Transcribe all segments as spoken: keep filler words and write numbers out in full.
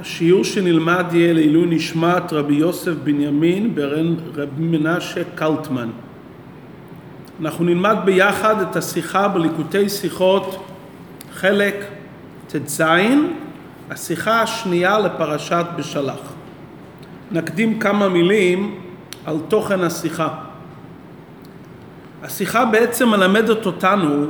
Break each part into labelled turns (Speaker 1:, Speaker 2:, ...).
Speaker 1: השיעור שנלמד יהיה לעילוי נשמת רבי יוסף בנימין ברן רבי מנשה קלטמן. אנחנו נלמד ביחד את השיחה בליקוטי שיחות חלק ט"ז, השיחה השנייה לפרשת בשלח. נקדים כמה מילים על תוכן השיחה. השיחה בעצם מלמדת אותנו,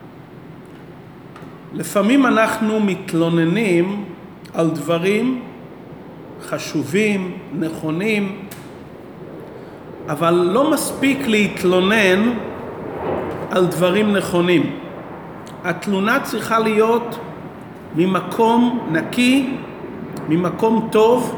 Speaker 1: לפעמים אנחנו מתלוננים על דברים חשובים, נכונים, אבל לא מספיק להתלונן על דברים נכונים. התלונה צריכה להיות ממקום נקי, ממקום טוב,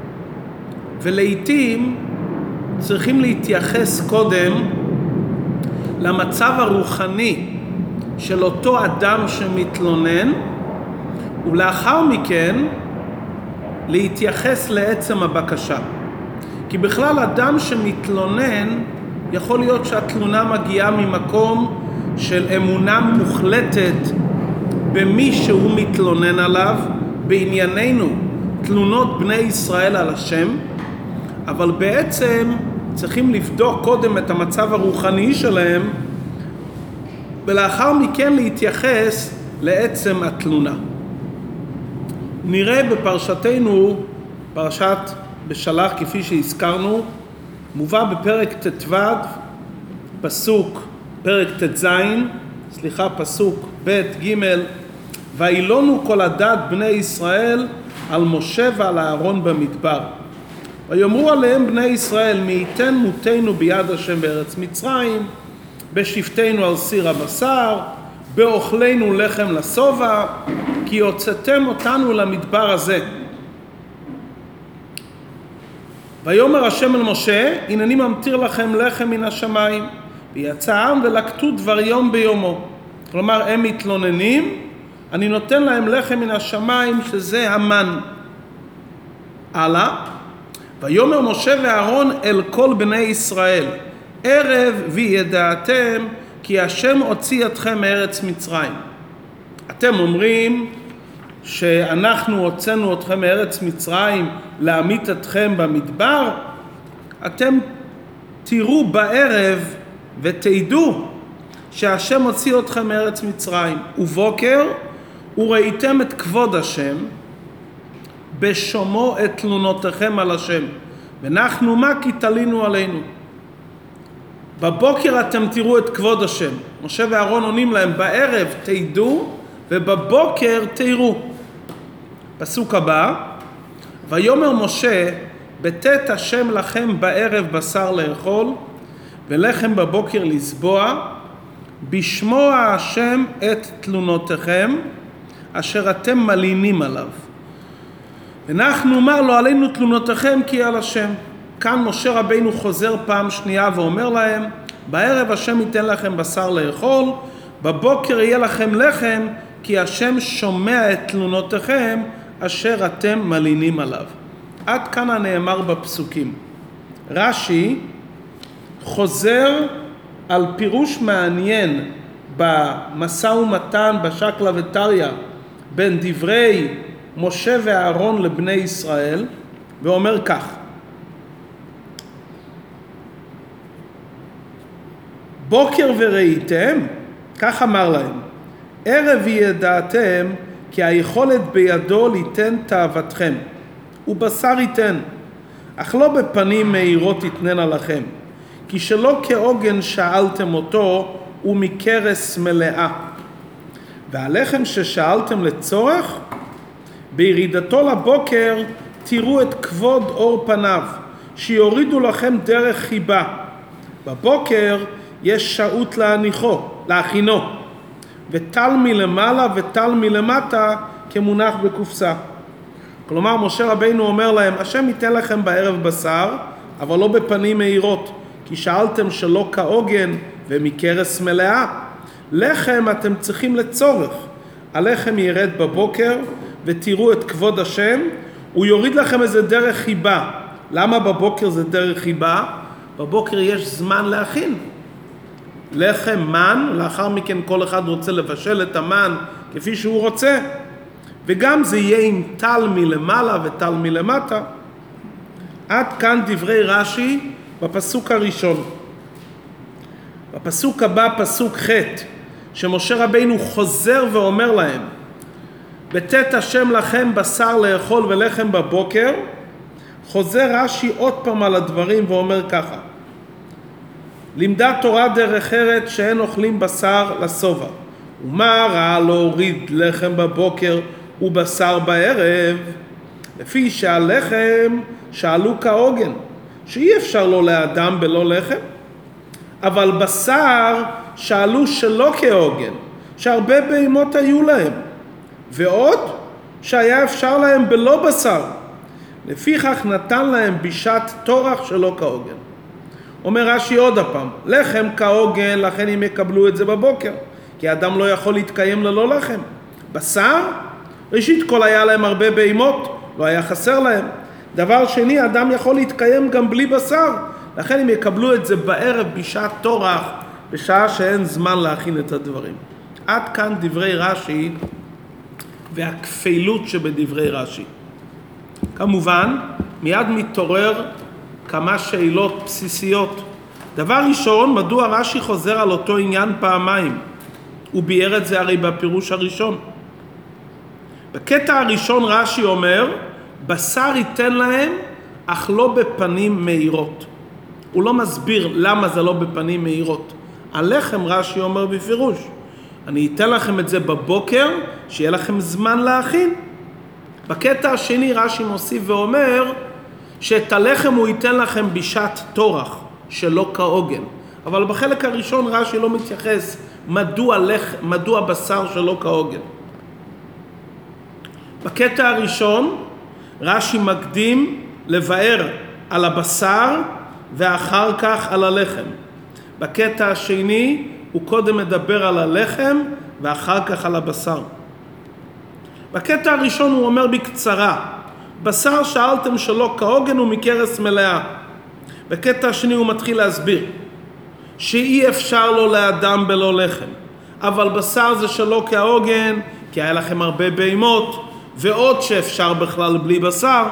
Speaker 1: ולעיתים צריכים להתייחס קודם למצב הרוחני של אותו אדם שמתלונן, ולאחר מכן להתייחס לעצם הבקשה. כי בכלל אדם שמתלונן, יכול להיות שהתלונה מגיעה ממקום של אמונה מוחלטת במי שהוא מתלונן עליו, בענייננו תלונות בני ישראל על השם, אבל בעצם צריכים לבדוק קודם את המצב הרוחני שלהם, ולאחר מכן להתייחס לעצם התלונה. נראה בפרשתנו, פרשת בשלח כפי שהזכרנו, מובא בפרק ט"ו, פסוק, פרק ט"ז, סליחה, פסוק ב' ג' וילונו כל עדת בני ישראל על משה ועל אהרון במדבר. ויאמרו עליהם בני ישראל, מי ייתן מותנו ביד השם בארץ מצרים, בשבתנו על סיר הבשר, באוכלנו לחם לשובע, כי הוצאתם אותנו למדבר הזה. ויאמר השם אל משה, הנני ממטיר לכם לחם מן השמיים. ויצא העם ולקטו דבר יום ביומו. כלומר, הם מתלוננים, אני נותן להם לחם מן השמיים, שזה המן. הלאה. ויאמר משה ואהרון אל כל בני ישראל, ערב וידעתם כי השם הוציא אתכם מארץ מצרים. אתם אומרים שאנחנו הוצאנו אתכם מארץ מצרים להמית אתכם במדבר. אתם תראו בערב ותדעו שהשם הוציא אתכם מארץ מצרים. ובוקר וראיתם את כבוד השם בשומעו את תלונותיכם על השם, ואנחנו מה כי תלינו עלינו. בבוקר אתם תראו את כבוד השם. משה ואהרון עונים להם, בערב תדעו ובבוקר תראו. פסוק הבא, ויאמר משה, בתת השם לכם בערב בשר לאכול ולחם בבוקר לסבוע, בשמוע השם את תלונותיכם אשר אתם מלינים עליו. ואנחנו אומר לו, עלינו תלונותיכם כי על השם. כאן משה רבינו חוזר פעם שנייה ואומר להם, בערב השם ייתן לכם בשר לאכול, בבוקר יהיה לכם לחם, כי השם שומע את תלונותיכם אשר אתם מלינים עליו. עד כאן הנאמר בפסוקים. רש"י חוזר על פירוש מעניין במשא ומתן בשקלא וטריא בין דברי משה ואהרון לבני ישראל, ואומר כך: בוקר וראיתם, כך אמר להם, ערב ידעתם כי היכולת בידו ליתן תאוותכם, ובשר ייתן, אך לא בפנים מהירות יתננה לכם, כי שלא כעוגן שאלתם אותו ומכרס מלאה. והלחם ששאלתם לצורך, בירידתו לבוקר תראו את כבוד אור פניו, שיורידו לכם דרך חיבה. בבוקר יש שעות להניחו, להכינו, וטל מלמעלה וטל מלמטה כמונח בקופסה. כלומר, משה רבינו אומר להם, השם ייתן לכם בערב בשר, אבל לא בפנים מהירות, כי שאלתם שלא כעוגן ומכרס מלאה. לחם אתם צריכים לצורך. הלחם ירד בבוקר ותראו את כבוד השם, הוא יוריד לכם איזה דרך חיבה. למה בבוקר זה דרך חיבה? בבוקר יש זמן להכין. לחם מן, לאחר מכן כל אחד רוצה לבשל את המן כפי שהוא רוצה. וגם זה יהיה עם טל מלמעלה וטל מלמטה. עד כאן דברי רש"י בפסוק הראשון. בפסוק הבא, פסוק ח', שמשה רבינו חוזר ואומר להם, ותת השם לכם בשר לאכול ולחם בבוקר, חוזר רש"י עוד פעם על הדברים ואומר ככה, לימדה תורה דרך ארץ שאין אוכלים בשר לשובע, ומה רע להוריד לחם בבוקר ובשר בערב, לפי שהלחם שאלו כהוגן, שאי אפשר לו לאדם בלא לחם, אבל בשר שאלו שלא כהוגן, שהרבה בהמות היו להם, ועוד שהיה אפשר להם בלא בשר, לפיכך נתן להם בישת תורח שלא כהוגן. אומר רש"י עוד הפעם, לחם כהוגן, לכן הם יקבלו את זה בבוקר, כי אדם לא יכול להתקיים ללא לחם. בשר, ראשית כל היה להם הרבה בהמות, לא היה חסר להם. דבר שני, אדם יכול להתקיים גם בלי בשר, לכן הם יקבלו את זה בערב בשעת תורח, בשעה שאין זמן להכין את הדברים. עד כאן דברי רש"י והכפילות שבדברי רש"י. כמובן, מיד מתעורר כמה שאלות בסיסיות. דבר ראשון, מדוע רש"י חוזר על אותו עניין פעמיים? הוא ביאר את זה הרי בפירוש הראשון. בקטע הראשון רש"י אומר, בשר ייתן להם, אך לא בפנים מהירות. הוא לא מסביר למה זה לא בפנים מהירות. הלחם רש"י אומר בפירוש, אני אתן לכם את זה בבוקר, שיהיה לכם זמן להכין. בקטע השני רש"י מוסיף ואומר, שאת הלחם הוא ייתן לכם בשעת תורח, שלא כהוגן. אבל בחלק הראשון רש"י לא מתייחס מדוע, לח... מדוע בשר שלא כהוגן. בקטע הראשון רש"י מקדים לבאר על הבשר ואחר כך על הלחם. בקטע השני הוא קודם מדבר על הלחם ואחר כך על הבשר. בקטע הראשון הוא אומר בקצרה, בשר שאלתם שלא כהוגן ומכרס מלאה. בקטע השני הוא מתחיל להסביר שאי אפשר לו לאדם בלא לחם, אבל בשר זה שלא כהוגן כי היה לכם הרבה בהמות, ועוד שאפשר בכלל בלי בשר.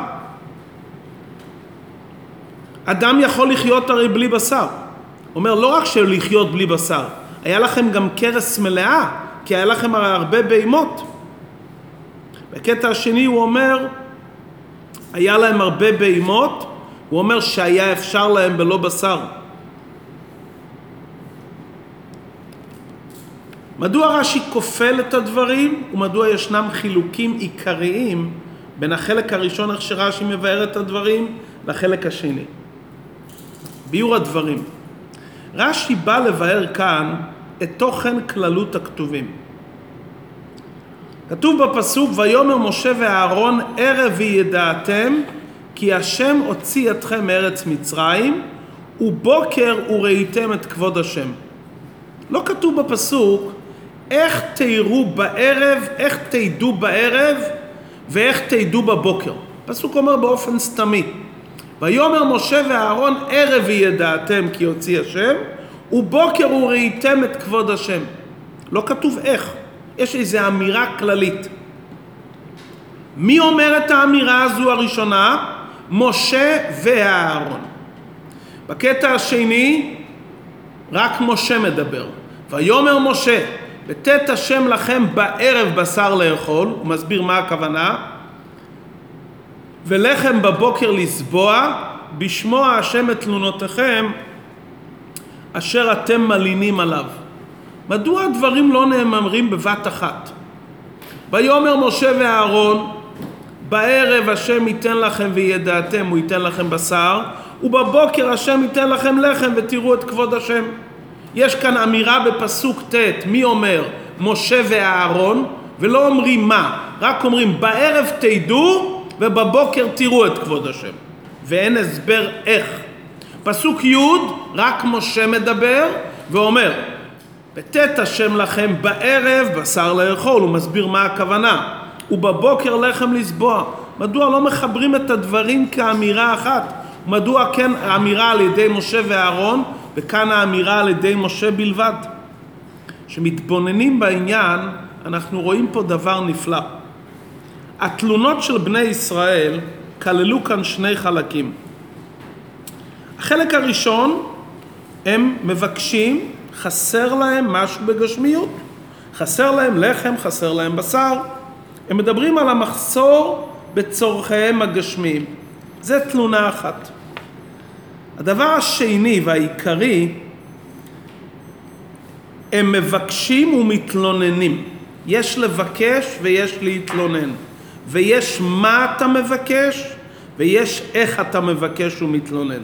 Speaker 1: אדם יכול לחיות הרי בלי בשר. אומר לא רק שלחיות בלי בשר, היה לכם גם כרס מלאה כי היה לכם הרי הרבה בהמות. בקטע השני הוא אומר היה להם הרבה בהמות, הוא אומר שהיה אפשר להם בלא בשר. מדוע רש"י כופל את הדברים ומדוע ישנם חילוקים עיקריים בין החלק הראשון איך שרש"י מבאר את הדברים לחלק השני? ביאור הדברים, רש"י בא לבאר כאן את תוכן כללות הכתובים. כתוב בפסוק, ויאמר משה ואהרון ערב ידעתם כי השם הוציא אתכם מארץ מצרים ובוקר וראיתם את כבוד השם. לא כתוב בפסוק איך תראו בערב, איך תדעו בערב ואיך תדעו בבוקר. הפסוק אומר באופן סתמי, ויאמר משה ואהרון ערב ידעתם כי הוציא השם ובוקר וראיתם את כבוד השם. לא כתוב איך, יש איזו אמירה כללית. מי אומר את האמירה הזו הראשונה? משה ואהרון. בקטע השני רק משה מדבר. ויאמר משה ותת השם לכם בערב בשר לאכול, הוא מסביר מה הכוונה, ולחם בבוקר לסבוע, בשמוע השם את תלונותיכם אשר אתם מלינים עליו. מדוע הדברים לא נאמרים בבת אחת? ויאמר משה ואהרון בערב השם ייתן לכם וידעתם, הוא ייתן לכם בשר, ובבוקר השם ייתן לכם לחם ותראו את כבוד השם. יש כאן אמירה בפסוק ט', מי אומר? משה ואהרון, ולא אומרים מה, רק אומרים בערב תדעו ובבוקר תראו את כבוד השם, ואין הסבר איך. פסוק י' רק משה מדבר ואומר ותת השם לכם בערב בשר לאכול, הוא מסביר מה הכוונה, ובבוקר לחם לסבוע. מדוע לא מחברים את הדברים כאמירה אחת? מדוע כן האמירה על ידי משה ואהרון וכאן האמירה על ידי משה בלבד? שמתבוננים בעניין אנחנו רואים פה דבר נפלא. התלונות של בני ישראל כללו כאן שני חלקים. החלק הראשון, הם מבקשים, חסר להם משהו בגשמיות. חסר להם לחם, חסר להם בשר. הם מדברים על המחסור בצורכיהם הגשמיים. זה תלונה אחת. הדבר השני והעיקרי, הם מבקשים ומתלוננים. יש לבקש ויש להתלונן. ויש מה אתה מבקש ויש איך אתה מבקש ומתלונן.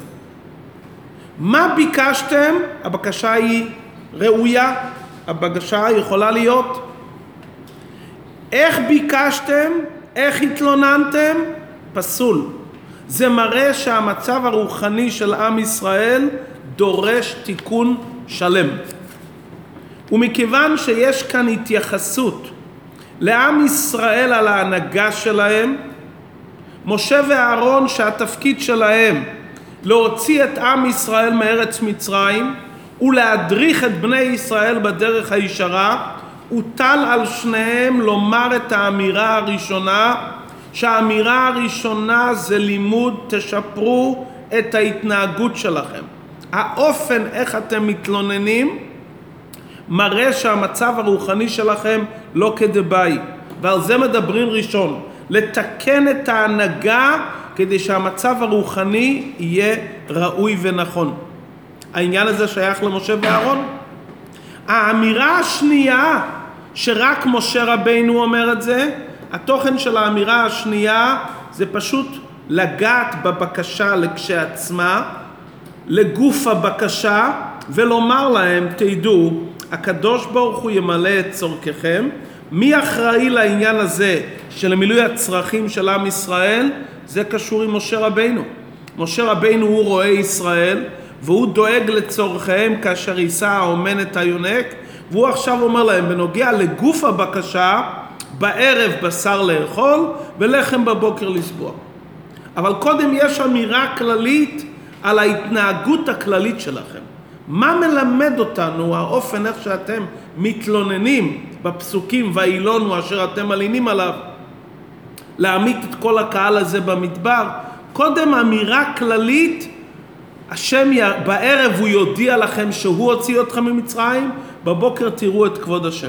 Speaker 1: מה ביקשתם? הבקשה היא ראויה, הבקשה יכולה להיות. איך ביקשתם? איך התלוננתם? פסול. זה מראה שהמצב הרוחני של עם ישראל דורש תיקון שלם. ומכיוון שיש כאן התייחסות לעם ישראל על ההנהגה שלהם, משה ואהרון שהתפקיד שלהם להוציא את עם ישראל מארץ מצרים ולהדריך את בני ישראל בדרך הישרה, הוטל על שניהם לומר את האמירה הראשונה, שהאמירה הראשונה זה לימוד, תשפרו את ההתנהגות שלכם. האופן איך אתם מתלוננים מראה שהמצב הרוחני שלכם לא כדבעי, ועל זה מדברים ראשון, לתקן את ההנהגה כדי שהמצב הרוחני יהיה ראוי ונכון. העניין הזה שייך למשה ואהרון. האמירה השנייה שרק משה רבינו אומר את זה, התוכן של האמירה השנייה זה פשוט לגעת בבקשה כשעצמה, לגוף הבקשה, ולומר להם, תדעו, הקדוש ברוך הוא ימלא את צורככם. מי אחראי לעניין הזה של מילוי הצרכים של עם ישראל? זה קשור עם משה רבינו. משה רבינו הוא רואה ישראל, והוא דואג לצורכיהם כאשר יישא האומן את היונק, והוא עכשיו אומר להם, בנוגע לגוף הבקשה, בערב בשר לאכול ולחם בבוקר לסבוע. אבל קודם יש אמירה כללית על ההתנהגות הכללית שלכם. מה מלמד אותנו האופן איך שאתם מתלוננים בפסוקים והאילונו אשר אתם מלינים עליו, להעמיד את כל הקהל הזה במדבר? קודם אמירה כללית, השם בערב הוא יודיע לכם שהוא הוציא אתכם ממצרים, בבוקר תראו את כבוד השם.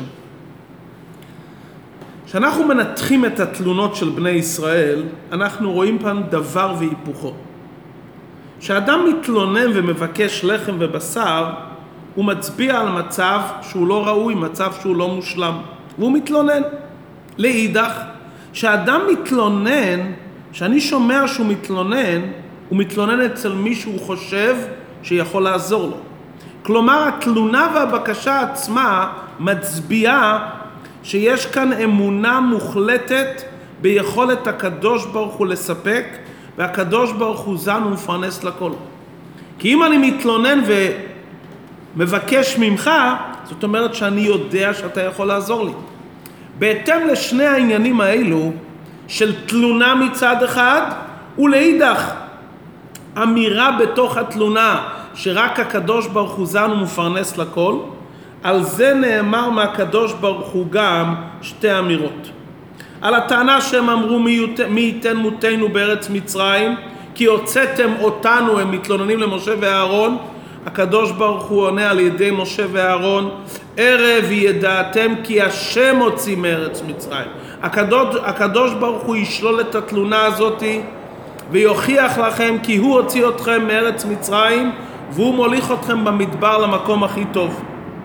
Speaker 1: כשאנחנו מנתחים את התלונות של בני ישראל, אנחנו רואים פעם דבר והיפוכו. כשאדם מתלונן ומבקש לחם ובשר, הוא מצביע על מצב שהוא לא ראוי, מצב שהוא לא מושלם, והוא מתלונן. לאידך, כשאדם מתלונן, כשאני שומע שהוא מתלונן, הוא מתלונן אצל מי שהוא חושב שיכול לעזור לו. כלומר, התלונה והבקשה עצמה מצביעה שיש כאן אמונה מוחלטת ביכולת הקדוש ברוך הוא לספק, והקדוש ברוך הוא זן ומפרנס לכל. כי אם אני מתלונן ומבקש ממך, זאת אומרת שאני יודע שאתה יכול לעזור לי. בהתאם לשני העניינים האלו, של תלונה מצד אחד, ולאידך, אמירה בתוך התלונה, שרק הקדוש ברוך הוא זן ומפרנס לכל, על זה נאמר מהקדוש ברוך הוא גם שתי אמירות. על הטענה שהם אמרו מי, יות... מי ייתן מותנו בארץ מצרים, כי הוצאתם אותנו, הם מתלוננים למשה ואהרון, הקדוש ברוך הוא עונה על ידי משה ואהרון, ערב ידעתם כי השם הוציא מארץ מצרים. הקדוש, הקדוש ברוך הוא ישלול את התלונה הזאת ויוכיח לכם כי הוא הוציא אתכם מארץ מצרים, והוא מוליך אתכם במדבר למקום הכי טוב.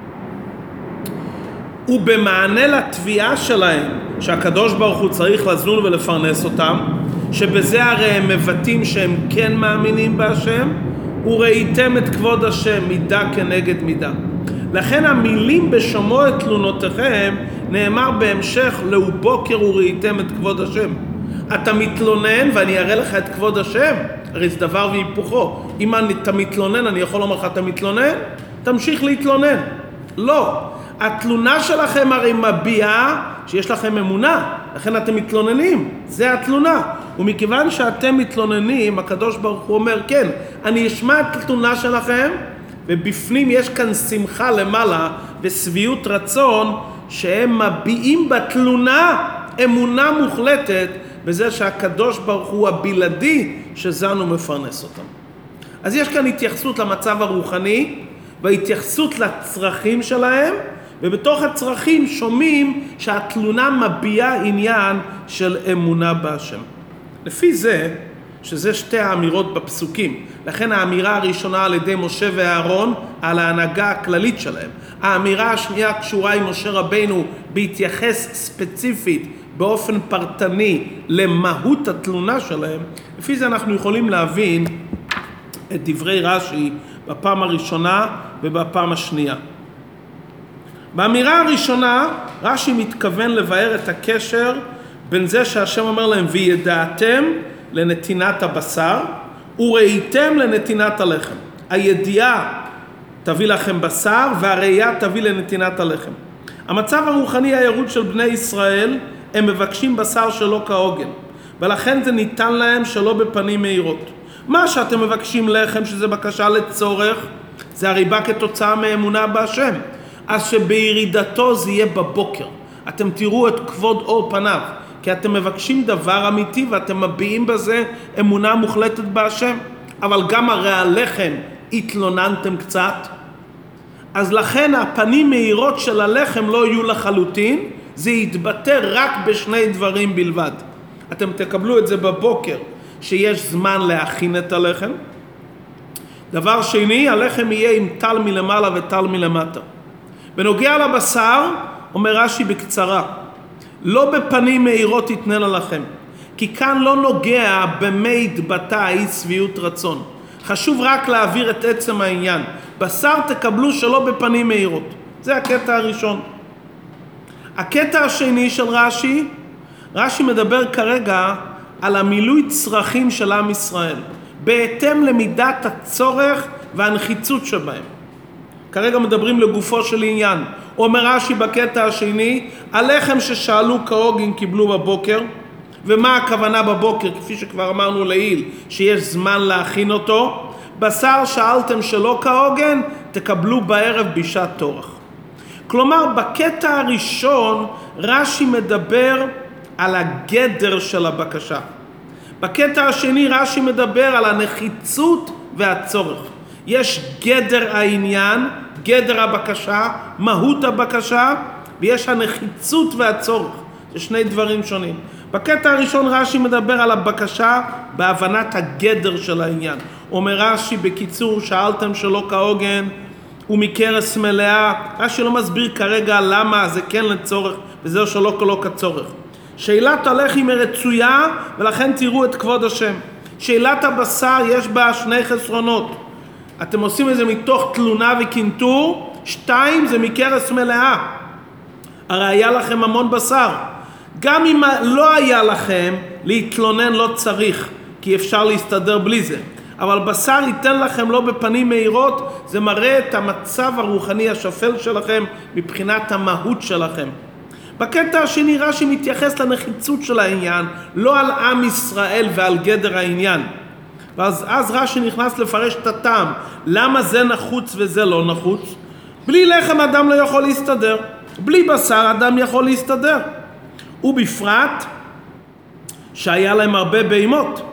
Speaker 1: ובמענה לתביעה שלהם שהקדוש ברוך הוא צריך לזון ולפרנס אותם, שבזה הרי הם מבטאים שהם כן מאמינים בהשם, וראיתם את כבוד השם מידה כנגד מידה. לכן המילים בשומעו את תלונותיכם נאמר בהמשך, לאו בוקר וראיתם את כבוד השם. אתה מתלונן ואני אראה לך את כבוד השם, הרי זה דבר והיפוכו. אם אתה מתלונן, אני יכול לומר לך אתה מתלונן, תמשיך להתלונן. לא, התלונה שלכם הרי מביעה שיש לכם אמונה, לכן אתם מתלוננים, זה התלונה. ומכיוון שאתם מתלוננים, הקדוש ברוך הוא אומר, כן, אני אשמע את התלונה שלכם, ובפנים יש כאן שמחה למעלה ושביעות רצון, שהם מביעים בתלונה אמונה מוחלטת בזה שהקדוש ברוך הוא הבלעדי שזנו מפרנס אותם. אז יש כאן התייחסות למצב הרוחני והתייחסות לצרכים שלהם, ובתוך הצרכים שומעים שהתלונה מביעה עניין של אמונה בהשם. לפי זה, שזה שתי האמירות בפסוקים, לכן האמירה הראשונה על ידי משה ואהרון על ההנהגה הכללית שלהם. האמירה השנייה קשורה עם משה רבינו בהתייחס ספציפית באופן פרטני למהות התלונה שלהם. לפי זה אנחנו יכולים להבין את דברי רש"י בפעם הראשונה ובפעם השנייה. באמירה הראשונה רש"י מתכוון לבאר את הקשר בין זה שהשם אומר להם וידעתם לנתינת הבשר וראיתם לנתינת הלחם. הידיעה תביא לכם בשר והראייה תביא לנתינת הלחם. המצב הרוחני הירוד של בני ישראל, הם מבקשים בשר שלא כהוגן, ולכן זה ניתן להם שלא בפנים מהירות. מה שאתם מבקשים לחם, שזה בקשה לצורך, זה הרי בא כתוצאה מאמונה בהשם. אז שבירידתו זה יהיה בבוקר. אתם תראו את כבוד אור פניו, כי אתם מבקשים דבר אמיתי ואתם מביעים בזה אמונה מוחלטת בהשם. אבל גם הרי הלחם התלוננתם קצת, אז לכן הפנים מהירות של הלחם לא יהיו לחלוטין, זה יתבטא רק בשני דברים בלבד. אתם תקבלו את זה בבוקר, שיש זמן להכין את הלחם. דבר שני, הלחם יהיה עם טל מלמעלה וטל מלמטה. בנוגע לבשר, אומר רש"י בקצרה, לא בפנים מהירות יתננה לכם, כי כאן לא נוגע במי התבטא אי שביעות רצון. חשוב רק להעביר את עצם העניין. בשר תקבלו שלא בפנים מהירות. זה הקטע הראשון. הקטע השני של רש"י, רש"י מדבר כרגע על המילוי צרכים של עם ישראל, בהתאם למידת הצורך והנחיצות שבהם. כרגע מדברים לגופו של עניין. אומר רש"י בקטע השני, הלחם ששאלו כהוגן קיבלו בבוקר, ומה הכוונה בבוקר? כפי שכבר אמרנו לעיל, שיש זמן להכין אותו. בשר שאלתם שלא כהוגן, תקבלו בערב בשעת טורח. כלומר, בקטע הראשון רש"י מדבר על הגדר של הבקשה. בקטע השני רש"י מדבר על הנחיצות והצורך. יש גדר העניין, גדר הבקשה, מהות הבקשה, ויש הנחיצות והצורך. זה שני דברים שונים. בקטע הראשון רש"י מדבר על הבקשה בהבנת הגדר של העניין. אומר רש"י בקיצור, שאלתם שלא כהוגן ומקרס מלאה. רש"י לא מסביר כרגע למה זה כן לצורך וזהו שלא כלא כצורך. שאלת הלחם היא רצויה ולכן תראו את כבוד השם. שאלת הבשר יש בה שני חסרונות. אתם עושים את זה מתוך תלונה וקנטור. שתיים, זה מקרס מלאה. הרי היה לכם המון בשר. גם אם לא היה לכם, להתלונן לא צריך, כי אפשר להסתדר בלי זה. אבל בשר ייתן לכם לא בפנים מהירות, זה מראה את המצב הרוחני השפל שלכם מבחינת המהות שלכם. בקטע השני רש"י מתייחס לנחיצות של העניין, לא על עם ישראל ועל גדר העניין. ואז אז רש"י נכנס לפרש את הטעם, למה זה נחוץ וזה לא נחוץ. בלי לחם אדם לא יכול להסתדר, בלי בשר אדם יכול להסתדר. ובפרט שהיה להם הרבה בהמות.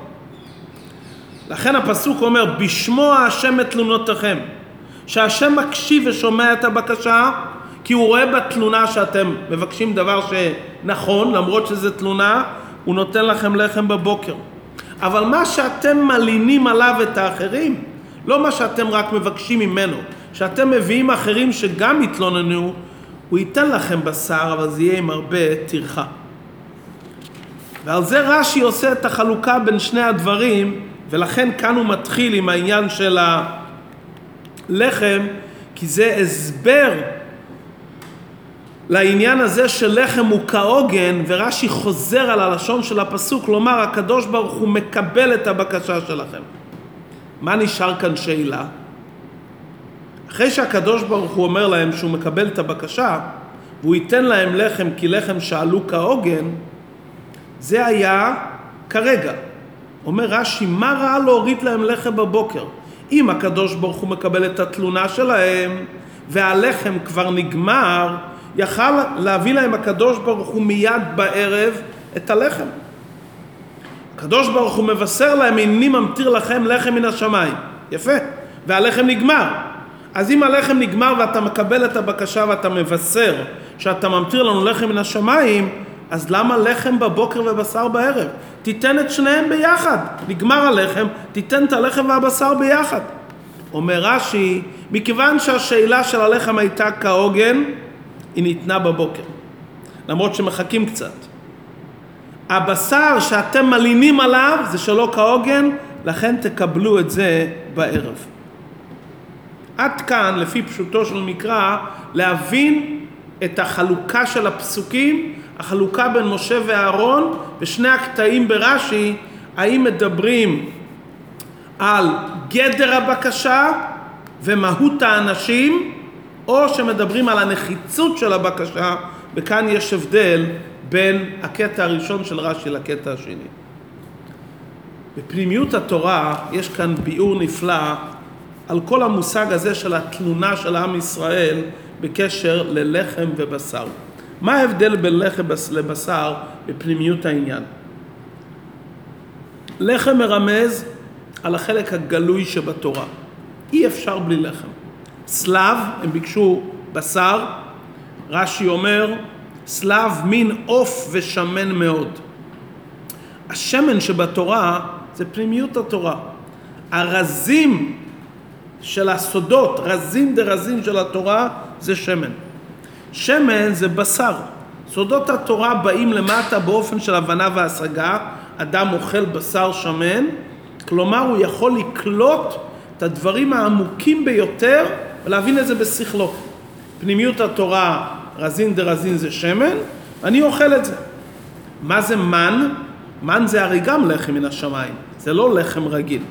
Speaker 1: לכן הפסוק אומר, בשמוע השם את תלונותיכם. שהשם מקשיב ושומע את הבקשה, כי הוא רואה בתלונה שאתם מבקשים דבר שנכון, למרות שזה תלונה, הוא נותן לכם לחם בבוקר. אבל מה שאתם מלינים עליו את האחרים, לא מה שאתם רק מבקשים ממנו, שאתם מביאים אחרים שגם יתלוננו, הוא ייתן לכם בשר, אבל זה יהיה עם הרבה תרחה. ועל זה רש"י עושה את החלוקה בין שני הדברים, ולכן כאן הוא מתחיל עם העניין של הלחם, כי זה הסבר לעניין הזה של לחם הוא כהוגן, ורש"י חוזר על הלשון של הפסוק, כלומר הקדוש ברוך הוא מקבל את הבקשה שלכם. מה נשאר כאן שאלה? אחרי שהקדוש ברוך הוא אומר להם שהוא מקבל את הבקשה, והוא ייתן להם לחם כי לחם שאלו כהוגן, זה היה כרגע. אומר רש"י, מה רע להוריד להם לחם בבוקר? אם הקדוש ברוך הוא מקבל את התלונה שלהם, והלחם כבר נגמר, יכל להביא להם הקדוש ברוך הוא מיד בערב את הלחם. הקדוש ברוך הוא מבשר להם, הנה ממטיר לכם לחם מן השמיים. יפה. והלחם נגמר. אז אם הלחם נגמר ואתה מקבל את הבקשה ואתה מבשר שאתה ממטיר לנו לחם מן השמיים, אז למה לחם בבוקר ובשר בערב? תיתן את שניהם ביחד. נגמר הלחם, תיתן את הלחם והבשר ביחד. אומר רש"י, מכיוון שהשאלה של הלחם הייתה כהוגן, היא ניתנה בבוקר. למרות שמחכים קצת. הבשר שאתם מלינים עליו זה שלא כהוגן, לכן תקבלו את זה בערב. עד כאן, לפי פשוטו של מקרא, להבין את החלוקה של הפסוקים, החלוקה בין משה ואהרון, ושני הקטעים ברש"י, האם מדברים על גדר הבקשה ומהות האנשים, או שמדברים על הנחיצות של הבקשה, וכאן יש הבדל בין הקטע הראשון של רש"י לקטע השני. בפנימיות התורה יש כאן ביאור נפלא על כל המושג הזה של התלונה של עם ישראל בקשר ללחם ובשר. מה ההבדל בין לחם לבשר בפנימיות העניין? לחם מרמז על החלק הגלוי שבתורה. אי אפשר בלי לחם. סלב, הם ביקשו בשר, רש"י אומר, סלב מין עוף ושמן מאוד. השמן שבתורה זה פנימיות התורה. הרזים של הסודות, רזים דרזים של התורה, זה שמן. שמן זה בשר. סודות התורה באים למטה באופן של הבנה והשגה. אדם אוכל בשר שמן, כלומר הוא יכול לקלוט את הדברים העמוקים ביותר ולהבין את זה בשכלו. פנימיות התורה, רזין דרזין זה שמן, ואני אוכל את זה. מה זה מן? מן זה הרי גם לחם מן השמיים, זה לא לחם רגיל.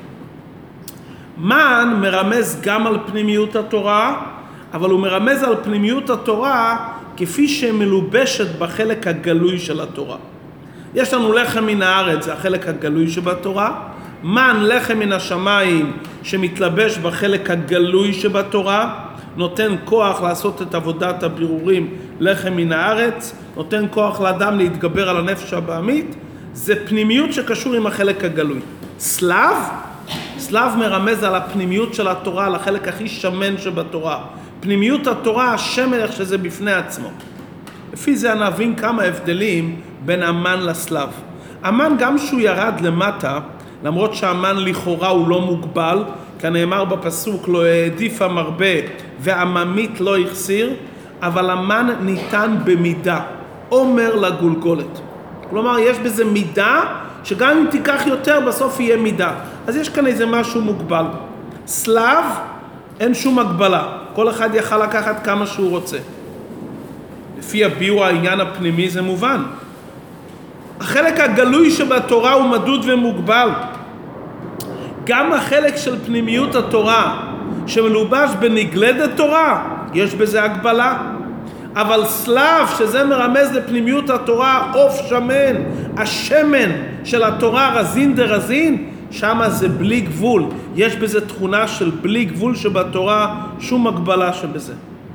Speaker 1: מן מרמז גם על פנימיות התורה, אבל הוא מרמז על פנימיות התורה כפי שמלובשת בחלק הגלוי של התורה. יש לנו לחם מן הארץ, זה החלק הגלוי שבתורה. מן, לחם מן השמיים, שמתלבש בחלק הגלוי שבתורה, נותן כוח לעשות את עבודת הבירורים. לחם מן הארץ, נותן כוח לאדם להתגבר על הנפש הבהמית. זה פנימיות שקשור עם החלק הגלוי. סלב, סלב מרמז על הפנימיות של התורה, על החלק הכי שמן שבתורה. פנימיות התורה, השמן איך שזה בפני עצמו. לפי זה נבין כמה הבדלים בין המן לסלב. המן גם שהוא ירד למטה, למרות שהמן לכאורה הוא לא מוגבל, כנאמר בפסוק לא העדיף המרבה והעממית לא החסיר, אבל המן ניתן במידה, אומר לגולגולת. כלומר יש בזה מידה שגם אם תיקח יותר בסוף יהיה מידה. אז יש כאן איזה משהו מוגבל. סלב אין שום הגבלה, כל אחד יכל לקחת כמה שהוא רוצה. לפי הביאור העניין הפנימי זה מובן. החלק הגלוי שבתורה הוא מדוד ומוגבל. גם החלק של פנימיות התורה שמלובש בנגלדת תורה, יש בזה הגבלה. אבל סלב, שזה מרמז לפנימיות התורה, עוף שמן, השמן של התורה רזין דרזין, שמה זה בלי גבול. יש בזה תכונה של בלי גבול שבתורה, שום הגבלה שבזה.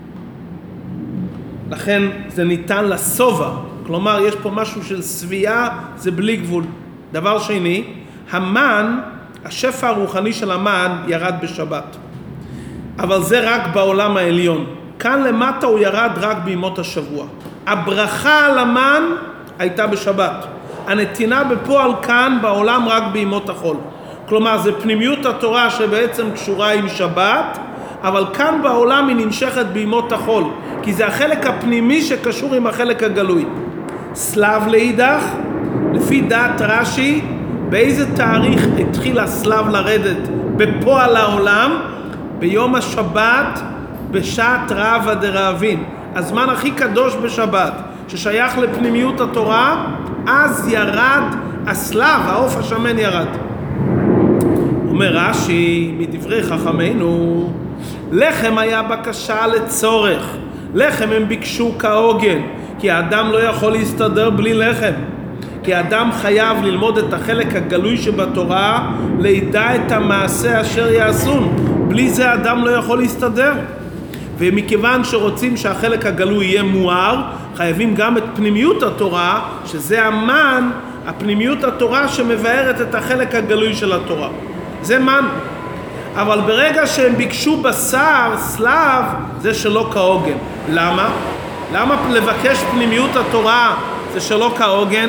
Speaker 1: לכן זה ניתן לסובה. כלומר, יש פה משהו של סבייה, זה בלי גבול. דבר שני, המן, השפע הרוחני של המן ירד בשבת. אבל זה רק בעולם העליון. כאן למטה הוא ירד רק בימות השבוע. הברכה על המן הייתה בשבת. הנתינה בפועל כאן בעולם רק בימות החול. כלומר, זה פנימיות התורה שבעצם קשורה עם שבת, אבל כאן בעולם היא נמשכת בימות החול. כי זה החלק הפנימי שקשור עם החלק הגלוי. סלב לאידך, לפי דעת רש"י, באיזה תאריך התחיל הסלב לרדת בפועל העולם? ביום השבת, בשעת רבא דרעבין. הזמן הכי קדוש בשבת, ששייך לפנימיות התורה, אז ירד הסלב, העוף השמן ירד. אומר רש"י, מדברי חכמינו, לחם היה בקשה לצורך. לחם הם ביקשו כהוגן, כי האדם לא יכול להסתדר בלי לחם. כי האדם חייב ללמוד את החלק הגלוי שבתורה, לידע את המעשה אשר יעשון. בלי זה האדם לא יכול להסתדר. ומכיוון שרוצים שהחלק הגלוי יהיה מואר, חייבים גם את פנימיות התורה, שזה המן, הפנימיות התורה שמבארת את החלק הגלוי של התורה. זה מן. אבל ברגע שהם ביקשו בשר, סלב, זה שלא כהוגן. למה? למה לבקש פנימיות התורה זה שלא כהוגן?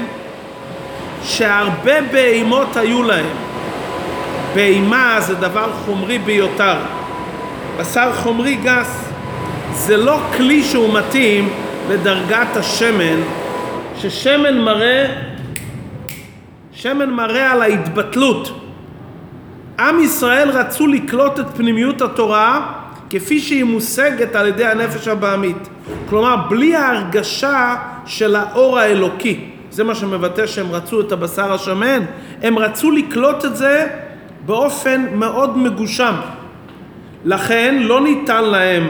Speaker 1: שהרבה בהימות היו להם. בהימה זה דבר חומרי ביותר. בשר חומרי גס. זה לא כלי שהוא מתאים לדרגת השמן, ששמן מראה, שמן מראה על ההתבטלות. עם ישראל רצו לקלוט את פנימיות התורה כפי שהיא מושגת על ידי הנפש הבהמית. כלומר, בלי ההרגשה של האור האלוקי. זה מה שמבטא שהם רצו את הבשר השמן. הם רצו לקלוט את זה באופן מאוד מגושם. לכן לא ניתן להם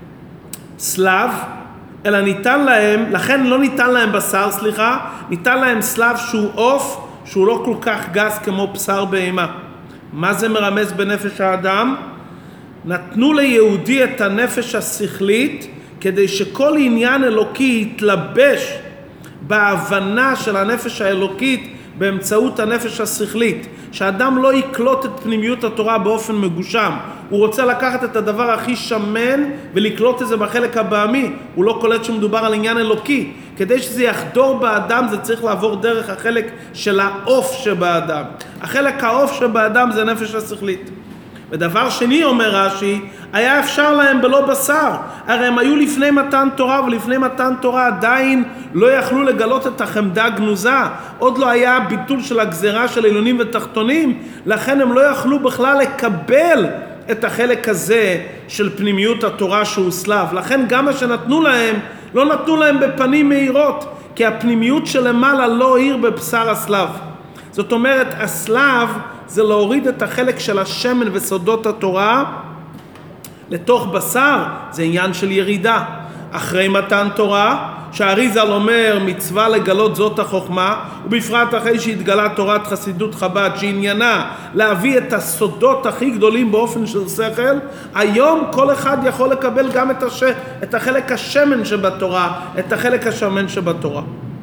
Speaker 1: סלב, אלא ניתן להם, לכן לא ניתן להם בשר, סליחה, ניתן להם סלב שהוא עוף, שהוא לא כל כך גס כמו בשר בהמה. מה זה מרמז בנפש האדם? נתנו ליהודי את הנפש השכלית, כדי שכל עניין אלוקי יתלבש בהבנה של הנפש האלוקית באמצעות הנפש השכלית, שהאדם לא יקלוט את פנימיות התורה באופן מגושם. הוא רוצה לקחת את הדבר הכי שמן ולקלוט את זה בחלק הבהמי. הוא לא קולט שמדובר על עניין אלוקי. כדי שזה יחדור באדם זה צריך לעבור דרך החלק של העוף שבאדם. החלק העוף שבאדם זה נפש השכלית. ודבר שני אומר רש"י, היה אפשר להם בלא בשר. הרי הם היו לפני מתן תורה, ולפני מתן תורה עדיין לא יכלו לגלות את החמדה גנוזה. עוד לא היה ביטול של הגזרה של עליונים ותחתונים, לכן הם לא יכלו בכלל לקבל את החלק הזה של פנימיות התורה שהוא סלב. לכן גם מה שנתנו להם, לא נתנו להם בפנים מהירות, כי הפנימיות שלמעלה לא העיר בבשר הסלב. זאת אומרת, הסלב זה להוריד את החלק של השמן וסודות התורה לתוך בשר, זה עניין של ירידה. אחרי מתן תורה, שהאריז"ל אומר מצווה לגלות זאת החוכמה, ובפרט אחרי שהתגלה תורת חסידות חב"ד שעניינה להביא את הסודות הכי גדולים באופן של שכל, היום כל אחד יכול לקבל גם את, הש... את החלק השמן שבתורה, את החלק השמן שבתורה.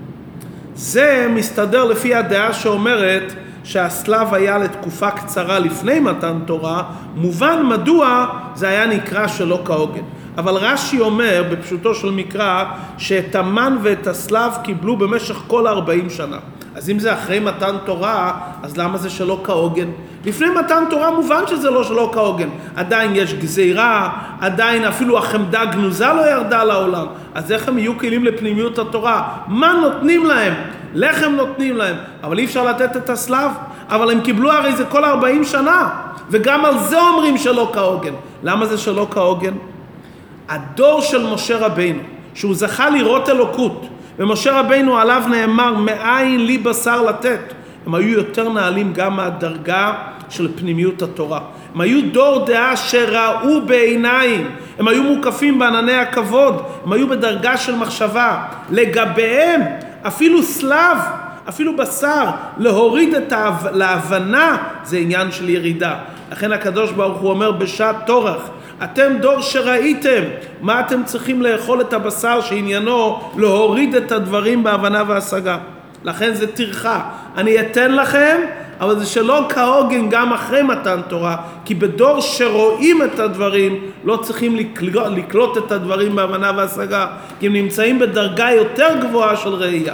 Speaker 1: זה מסתדר לפי הדעה שאומרת שהסלב היה לתקופה קצרה לפני מתן תורה, מובן מדוע זה היה נקרא שלא כהוגן. אבל רש"י אומר בפשוטו של מקרא שאת המן ואת הסלב קיבלו במשך כל ארבעים שנה. אז אם זה אחרי מתן תורה, אז למה זה שלא כהוגן? לפני מתן תורה מובן שזה לא שלא כהוגן. עדיין יש גזירה, עדיין אפילו החמדה גנוזה לא ירדה לעולם. אז איך הם יהיו כלים לפנימיות התורה? מה נותנים להם? לחם נותנים להם, אבל אי אפשר לתת את הסלב. אבל הם קיבלו הרי זה כל ארבעים שנה, וגם על זה אומרים שלא כהוגן. למה זה שלא כהוגן? הדור של משה רבינו, שהוא זכה לראות אלוקות, ומשה רבינו עליו נאמר מאין לי בשר לתת, הם היו יותר נעלים גם מהדרגה של פנימיות התורה. הם היו דור דעה שראו בעיניים, הם היו מוקפים בענני הכבוד, הם היו בדרגה של מחשבה. לגביהם אפילו סלב, אפילו בשר, להוריד את ההב... להבנה זה עניין של ירידה. לכן הקדוש ברוך הוא אומר בשעת תורח, אתם דור שראיתם, מה אתם צריכים לאכול את הבשר שעניינו להוריד את הדברים בהבנה והשגה. לכן זה טרחה. אני אתן לכם, אבל זה שלא כהוגן גם אחרי מתן תורה, כי בדור שרואים את הדברים לא צריכים לקלוט את הדברים בהבנה והשגה, כי הם נמצאים בדרגה יותר גבוהה של ראייה.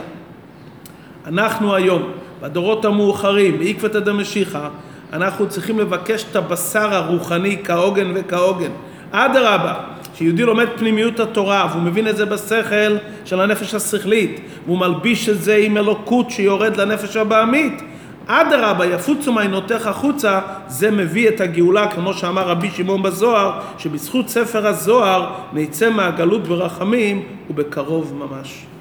Speaker 1: אנחנו היום, בדורות המאוחרים, בעקבות דמשיחא, אנחנו צריכים לבקש את הבשר הרוחני כהוגן וכהוגן. אדרבה, שיהודי לומד פנימיות התורה והוא מבין את זה בשכל של הנפש השכלית, והוא מלביש את זה עם אלוקות שיורד לנפש הבהמית, אדרבה, יפוצו מעיינותיך החוצה, זה מביא את הגאולה, כמו שאמר רבי שמעון בזוהר, שבזכות ספר הזוהר נצא מהגלות ברחמים ובקרוב ממש.